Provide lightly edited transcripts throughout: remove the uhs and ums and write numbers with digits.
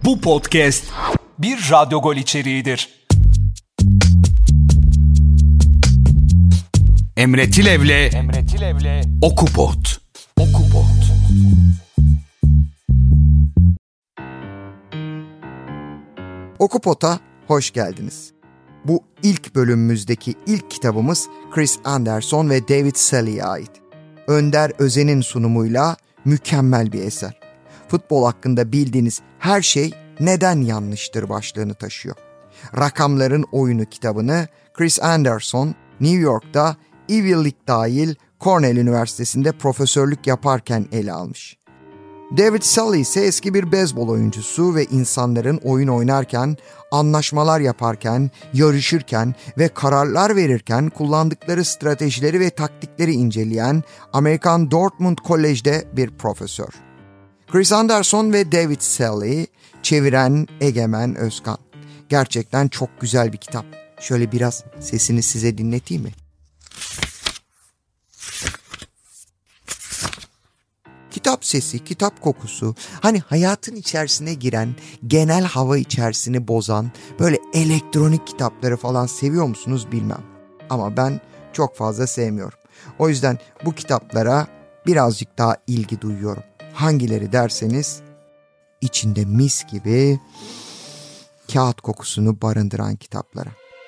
Bu podcast bir Radyo Gol içeriğidir. Emre Tilev'le Okupod. Okupod'a hoş geldiniz. Bu ilk bölümümüzdeki ilk kitabımız Chris Anderson ve David Sally'e ait. Önder Özen'in sunumuyla mükemmel bir eser. Futbol hakkında bildiğiniz her şey neden yanlıştır başlığını taşıyor. Rakamların Oyunu kitabını Chris Anderson, New York'ta Ivy League dahil Cornell Üniversitesi'nde profesörlük yaparken ele almış. David Sally ise eski bir beyzbol oyuncusu ve insanların oyun oynarken, anlaşmalar yaparken, yarışırken ve kararlar verirken kullandıkları stratejileri ve taktikleri inceleyen Amerikan Dartmouth College'de bir profesör. Chris Anderson ve David Sally, çeviren Egemen Özkan. Gerçekten çok güzel bir kitap. Şöyle biraz sesini size dinleteyim mi? Kitap sesi, kitap kokusu, hani hayatın içerisine giren, genel hava içerisini bozan, böyle elektronik kitapları falan seviyor musunuz bilmem. Ama ben çok fazla sevmiyorum. O yüzden bu kitaplara birazcık daha ilgi duyuyorum. Hangileri derseniz, içinde mis gibi kağıt kokusunu barındıran kitaplara.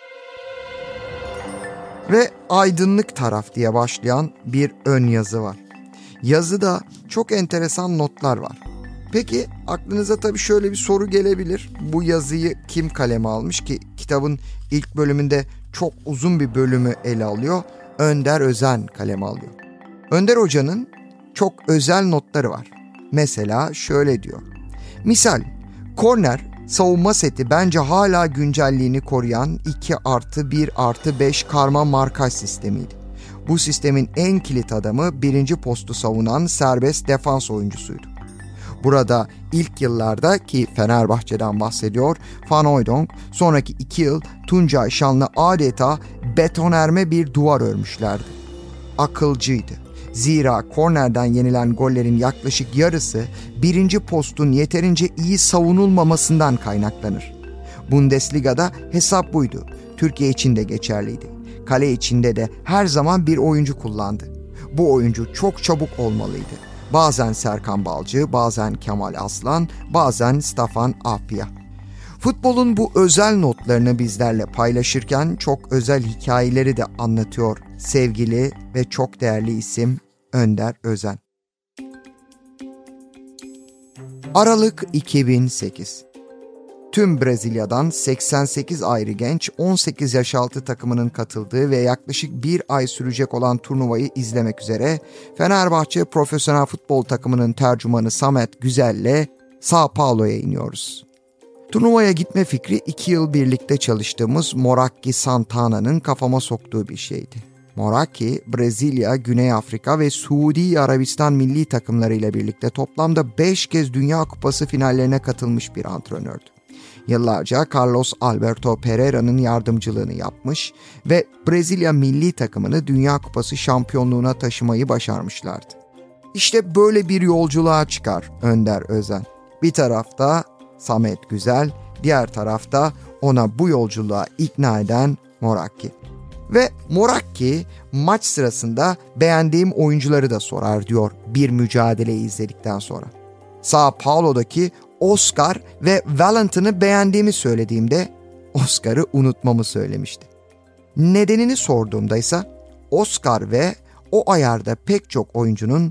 Ve aydınlık taraf diye başlayan bir ön yazı var. Yazıda çok enteresan notlar var. Peki aklınıza tabii şöyle bir soru gelebilir. Bu yazıyı kim kaleme almış ki? Kitabın ilk bölümünde çok uzun bir bölümü ele alıyor. Önder Özen kaleme alıyor. Önder Hoca'nın çok özel notları var. Mesela şöyle diyor. Misal, korner savunma seti bence hala güncelliğini koruyan 2+1+5 karma markaj sistemiydi. Bu sistemin en kilit adamı birinci postu savunan serbest defans oyuncusuydu. Burada ilk yıllarda ki Fenerbahçe'den bahsediyor, Van Hooijdonk sonraki 2 yıl Tuncay Şanlı adeta betonerme bir duvar örmüşlerdi. Akılcıydı. Zira kornerden yenilen gollerin yaklaşık yarısı birinci postun yeterince iyi savunulmamasından kaynaklanır. Bundesliga'da hesap buydu. Türkiye için de geçerliydi. Kale içinde de her zaman bir oyuncu kullandı. Bu oyuncu çok çabuk olmalıydı. Bazen Serkan Balcı, bazen Kemal Aslan, bazen Stefan Apia. Futbolun bu özel notlarını bizlerle paylaşırken çok özel hikayeleri de anlatıyor sevgili ve çok değerli isim Önder Özen. Aralık 2008. Tüm Brezilya'dan 88 ayrı genç 18 yaş altı takımının katıldığı ve yaklaşık bir ay sürecek olan turnuvayı izlemek üzere Fenerbahçe Profesyonel Futbol takımının tercümanı Samet Güzel'le São Paulo'ya iniyoruz. Turnuvaya gitme fikri 2 yıl birlikte çalıştığımız Moraki Santana'nın kafama soktuğu bir şeydi. Moraki, Brezilya, Güney Afrika ve Suudi Arabistan milli takımlarıyla birlikte toplamda 5 kez Dünya Kupası finallerine katılmış bir antrenördü. Yıllarca Carlos Alberto Pereira'nın yardımcılığını yapmış ve Brezilya milli takımını Dünya Kupası şampiyonluğuna taşımayı başarmışlardı. İşte böyle bir yolculuğa çıkar Önder Özen. Bir tarafta Samet Güzel, diğer tarafta ona bu yolculuğa ikna eden Moraki. Ve Moraki maç sırasında beğendiğim oyuncuları da sorar diyor bir mücadeleyi izledikten sonra. São Paulo'daki Oscar ve Valentin'i beğendiğimi söylediğimde Oscar'ı unutmamı söylemişti. Nedenini sorduğumda ise Oscar ve o ayarda pek çok oyuncunun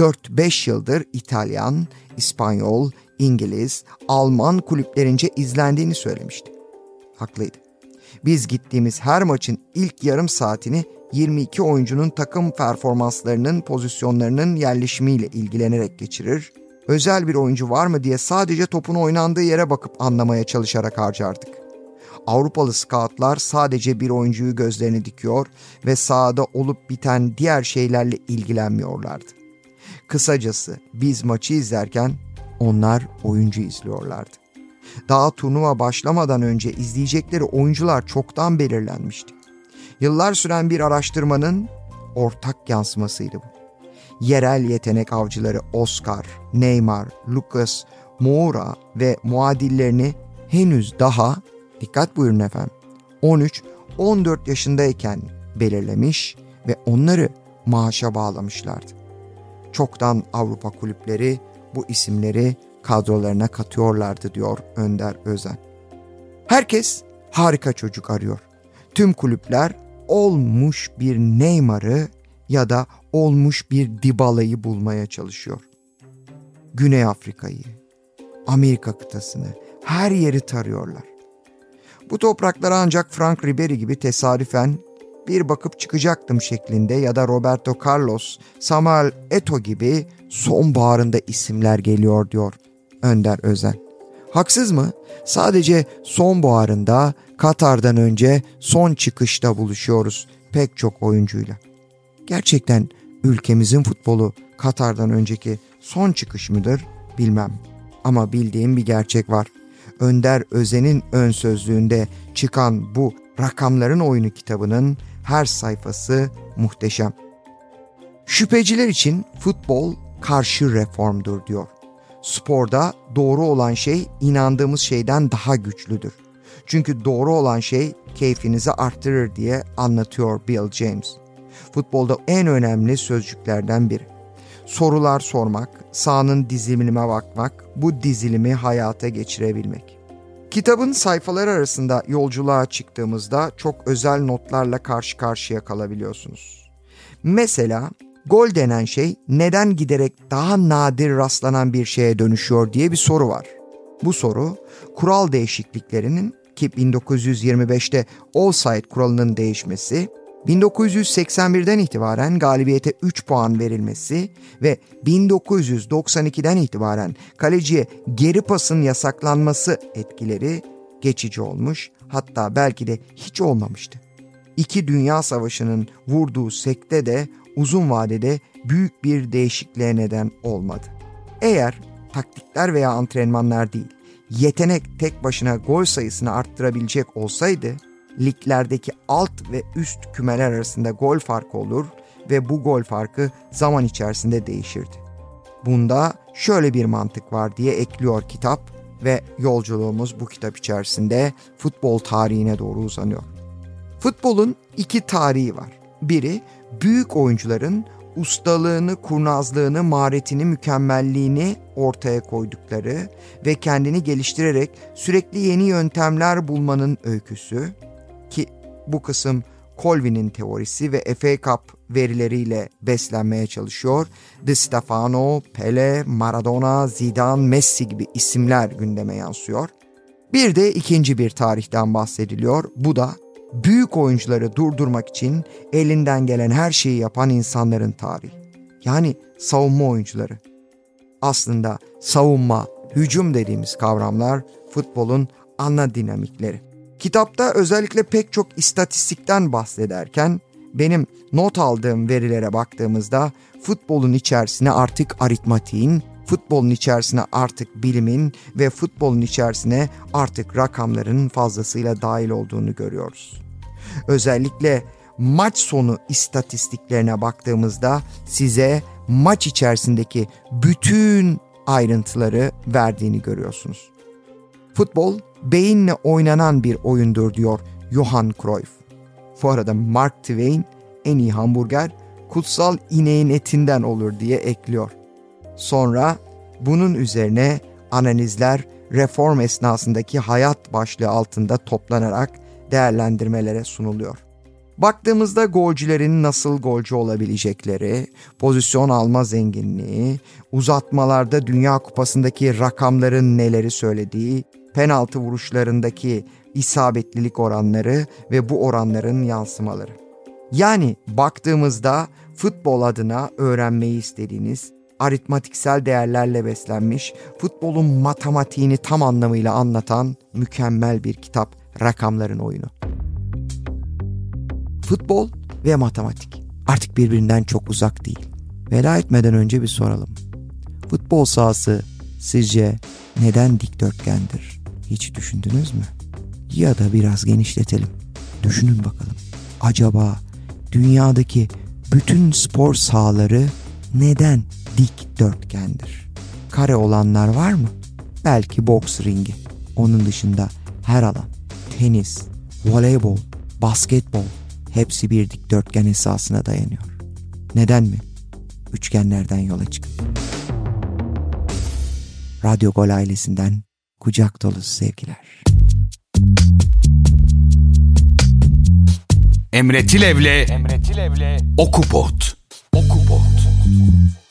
4-5 yıldır İtalyan, İspanyol, İngiliz, Alman kulüplerince izlendiğini söylemişti. Haklıydı. Biz gittiğimiz her maçın ilk yarım saatini 22 oyuncunun takım performanslarının, pozisyonlarının yerleşimiyle ilgilenerek geçirir, özel bir oyuncu var mı diye sadece topun oynandığı yere bakıp anlamaya çalışarak harcardık. Avrupalı scoutlar sadece bir oyuncuyu gözlerini dikiyor ve sahada olup biten diğer şeylerle ilgilenmiyorlardı. Kısacası biz maçı izlerken onlar oyuncu izliyorlardı. Daha turnuva başlamadan önce izleyecekleri oyuncular çoktan belirlenmişti. Yıllar süren bir araştırmanın ortak yansımasıydı bu. Yerel yetenek avcıları Oscar, Neymar, Lucas, Moura ve muadillerini henüz daha, dikkat buyurun efendim, 13-14 yaşındayken belirlemiş ve onları maaşa bağlamışlardı. Çoktan Avrupa kulüpleri bu isimleri kadrolarına katıyorlardı diyor Önder Özen. Herkes harika çocuk arıyor. Tüm kulüpler olmuş bir Neymar'ı ya da olmuş bir Dybala'yı bulmaya çalışıyor. Güney Afrika'yı, Amerika kıtasını, her yeri tarıyorlar. Bu topraklara ancak Frank Ribery gibi tesadüfen bir bakıp çıkacaktım şeklinde ya da Roberto Carlos, Samuel Eto'o gibi sonbaharında isimler geliyor diyor Önder Özen. Haksız mı? Sadece sonbaharında Katar'dan önce son çıkışta buluşuyoruz pek çok oyuncuyla. Gerçekten ülkemizin futbolu Katar'dan önceki son çıkış mıdır bilmem. Ama bildiğim bir gerçek var. Önder Özen'in ön sözlüğünde çıkan bu Rakamların Oyunu kitabının her sayfası muhteşem. Şüpheciler için futbol karşı reformdur diyor. Sporda doğru olan şey inandığımız şeyden daha güçlüdür. Çünkü doğru olan şey keyfinizi arttırır diye anlatıyor Bill James. Futbolda en önemli sözcüklerden biri. Sorular sormak, sahanın dizilimine bakmak, bu dizilimi hayata geçirebilmek. Kitabın sayfaları arasında yolculuğa çıktığımızda çok özel notlarla karşı karşıya kalabiliyorsunuz. Mesela gol denen şey neden giderek daha nadir rastlanan bir şeye dönüşüyor diye bir soru var. Bu soru kural değişikliklerinin ki 1925'te offside kuralının değişmesi, 1981'den itibaren galibiyete 3 puan verilmesi ve 1992'den itibaren kaleciye geri pasın yasaklanması etkileri geçici olmuş, hatta belki de hiç olmamıştı. İki Dünya Savaşı'nın vurduğu sekte de uzun vadede büyük bir değişikliğe neden olmadı. Eğer taktikler veya antrenmanlar değil, yetenek tek başına gol sayısını arttırabilecek olsaydı, liglerdeki alt ve üst kümeler arasında gol farkı olur ve bu gol farkı zaman içerisinde değişirdi. Bunda şöyle bir mantık var diye ekliyor kitap ve yolculuğumuz bu kitap içerisinde futbol tarihine doğru uzanıyor. Futbolun iki tarihi var. Biri büyük oyuncuların ustalığını, kurnazlığını, maharetini, mükemmelliğini ortaya koydukları ve kendini geliştirerek sürekli yeni yöntemler bulmanın öyküsü ki bu kısım Colvin'in teorisi ve FA Cup verileriyle beslenmeye çalışıyor. Di Stefano, Pele, Maradona, Zidane, Messi gibi isimler gündeme yansıyor. Bir de ikinci bir tarihten bahsediliyor. Bu da büyük oyuncuları durdurmak için elinden gelen her şeyi yapan insanların tarihi. Yani savunma oyuncuları. Aslında savunma, hücum dediğimiz kavramlar futbolun ana dinamikleri. Kitapta özellikle pek çok istatistikten bahsederken benim not aldığım verilere baktığımızda futbolun içerisine artık aritmatiğin, futbolun içerisine artık bilimin ve futbolun içerisine artık rakamların fazlasıyla dahil olduğunu görüyoruz. Özellikle maç sonu istatistiklerine baktığımızda size maç içerisindeki bütün ayrıntıları verdiğini görüyorsunuz. Futbol beyinle oynanan bir oyundur diyor Johan Cruyff. Bu arada Mark Twain en iyi hamburger kutsal ineğin etinden olur diye ekliyor. Sonra bunun üzerine analizler reform esnasındaki hayat başlığı altında toplanarak değerlendirmelere sunuluyor. Baktığımızda golcülerin nasıl golcü olabilecekleri, pozisyon alma zenginliği, uzatmalarda Dünya Kupası'ndaki rakamların neleri söylediği, penaltı vuruşlarındaki isabetlilik oranları ve bu oranların yansımaları. Yani baktığımızda futbol adına öğrenmeyi istediğiniz, aritmatiksel değerlerle beslenmiş, futbolun matematiğini tam anlamıyla anlatan mükemmel bir kitap Rakamların Oyunu. Futbol ve matematik artık birbirinden çok uzak değil. Veda etmeden önce bir soralım. Futbol sahası sizce neden dikdörtgendir? Hiç düşündünüz mü? Ya da biraz genişletelim. Düşünün bakalım. Acaba dünyadaki bütün spor sahaları neden dikdörtgendir? Kare olanlar var mı? belki boks ringi. Onun dışında her alan, tenis, voleybol, basketbol hepsi bir dikdörtgen esasına dayanıyor. Neden mi? Üçgenlerden yola çıkın. Radyo Gol ailesinden kucak dolusu sevgiler. Emre Tilev'le Okupod.